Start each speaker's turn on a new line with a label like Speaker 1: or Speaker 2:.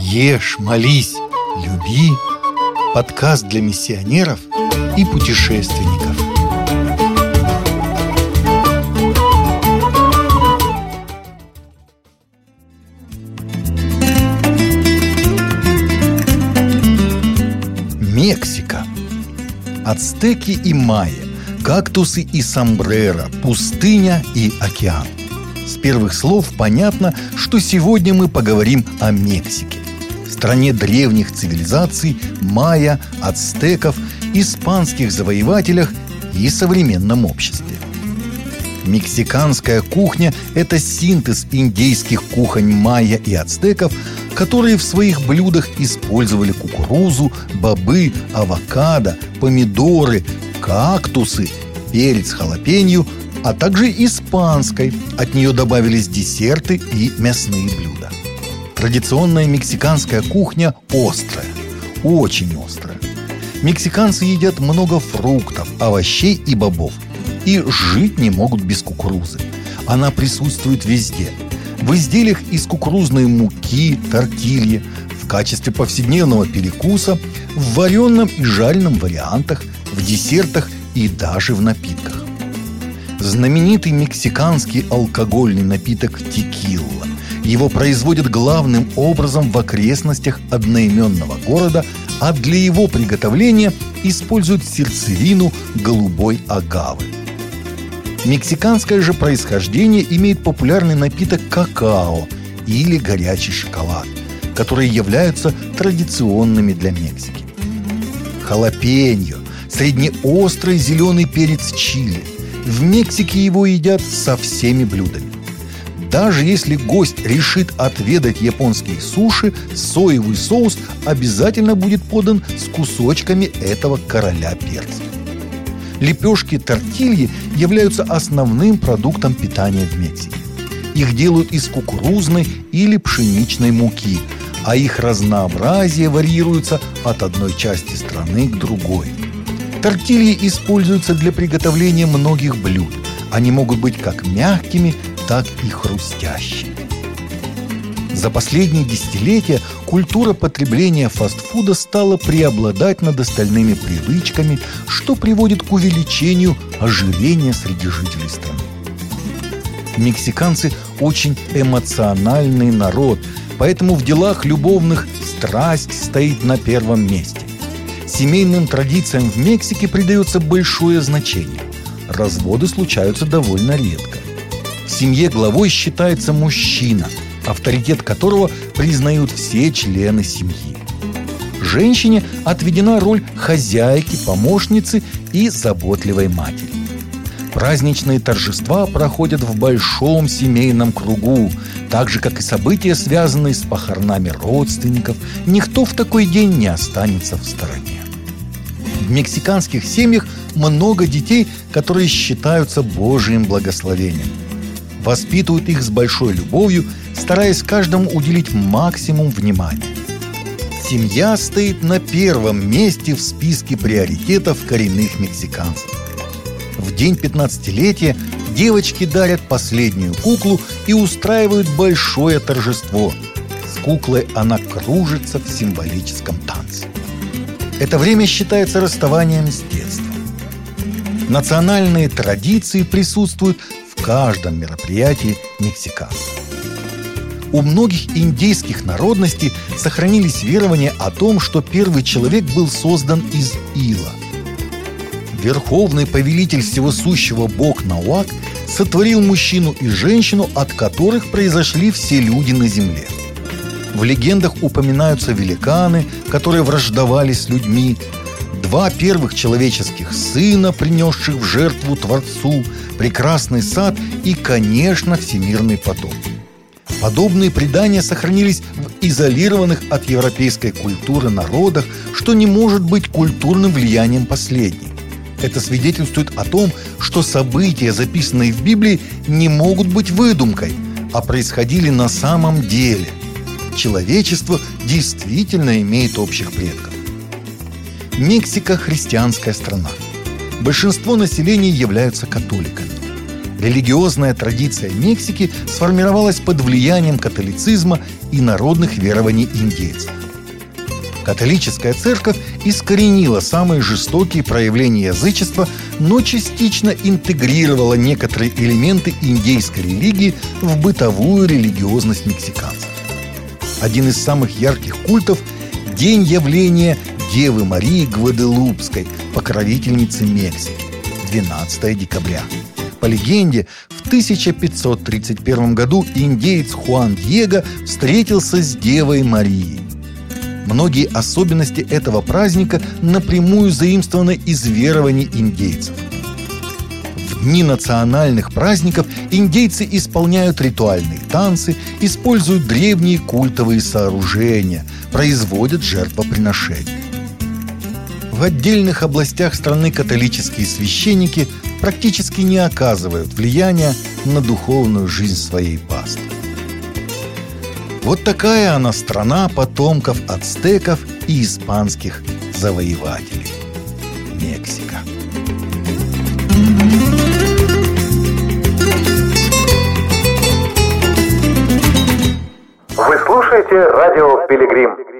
Speaker 1: Ешь, молись, люби. Подкаст для миссионеров и путешественников. Мексика. Ацтеки и майя, кактусы и сомбреро, пустыня и океан. С первых слов понятно, что сегодня мы поговорим о Мексике, стране древних цивилизаций, майя, ацтеков, испанских завоевателях и современном обществе. Мексиканская кухня – это синтез индейских кухонь майя и ацтеков, которые в своих блюдах использовали кукурузу, бобы, авокадо, помидоры, кактусы, перец халапеньо, а также испанской. От нее добавились десерты и мясные блюда. Традиционная мексиканская кухня острая, очень острая. Мексиканцы едят много фруктов, овощей и бобов. И жить не могут без кукурузы. Она присутствует везде. В изделиях из кукурузной муки, тортильи, в качестве повседневного перекуса, в вареном и жареном вариантах, в десертах и даже в напитках. Знаменитый мексиканский алкогольный напиток текила. Его производят главным образом в окрестностях одноименного города, а для его приготовления используют сердцевину голубой агавы. Мексиканское же происхождение имеет популярный напиток какао или горячий шоколад, которые являются традиционными для Мексики. Халапеньо – среднеострый зеленый перец чили. В Мексике его едят со всеми блюдами. Даже если гость решит отведать японские суши, соевый соус обязательно будет подан с кусочками этого короля перца. Лепешки тортильи являются основным продуктом питания в Мексике. Их делают из кукурузной или пшеничной муки, а их разнообразие варьируется от одной части страны к другой. Тортильи используются для приготовления многих блюд. Они могут быть как мягкими, так и хрустящими. За последние десятилетия культура потребления фастфуда стала преобладать над остальными привычками, что приводит к увеличению ожирения среди жителей страны. Мексиканцы очень эмоциональный народ, поэтому в делах любовных страсть стоит на первом месте. Семейным традициям в Мексике придается большое значение. Разводы случаются довольно редко. В семье главой считается мужчина, авторитет которого признают все члены семьи. Женщине отведена роль хозяйки, помощницы и заботливой матери. Праздничные торжества проходят в большом семейном кругу, так же, как и события, связанные с похоронами родственников. Никто в такой день не останется в стороне. В мексиканских семьях много детей, которые считаются Божьим благословением. Воспитывают их с большой любовью, стараясь каждому уделить максимум внимания. Семья стоит на первом месте в списке приоритетов коренных мексиканцев. В день 15-летия девочки дарят последнюю куклу и устраивают большое торжество. С куклой она кружится в символическом танце. Это время считается расставанием с детством. Национальные традиции присутствуют в каждом мероприятии мексиканцев. У многих индейских народностей сохранились верования о том, что первый человек был создан из ила. Верховный повелитель всего сущего бог Науак сотворил мужчину и женщину, от которых произошли все люди на земле. В легендах упоминаются великаны, которые враждовали с людьми, 2 первых человеческих сына, принесших в жертву Творцу, прекрасный сад и, конечно, всемирный потоп. Подобные предания сохранились в изолированных от европейской культуры народах, что не может быть культурным влиянием последней. Это свидетельствует о том, что события, записанные в Библии, не могут быть выдумкой, а происходили на самом деле. Человечество действительно имеет общих предков. Мексика – христианская страна. Большинство населения являются католиками. Религиозная традиция Мексики сформировалась под влиянием католицизма и народных верований индейцев. Католическая церковь искоренила самые жестокие проявления язычества, но частично интегрировала некоторые элементы индейской религии в бытовую религиозность мексиканцев. Один из самых ярких культов – День явления Девы Марии Гваделупской, покровительницы Мексики, 12 декабря. По легенде, в 1531 году индеец Хуан Диего встретился с Девой Марией. Многие особенности этого праздника напрямую заимствованы из верований индейцев. В дни национальных праздников индейцы исполняют ритуальные танцы, используют древние культовые сооружения, производят жертвоприношения. В отдельных областях страны католические священники практически не оказывают влияния на духовную жизнь своей паствы. Вот такая она страна потомков ацтеков и испанских завоевателей. Мексика.
Speaker 2: Вы слушаете радио «Пилигрим».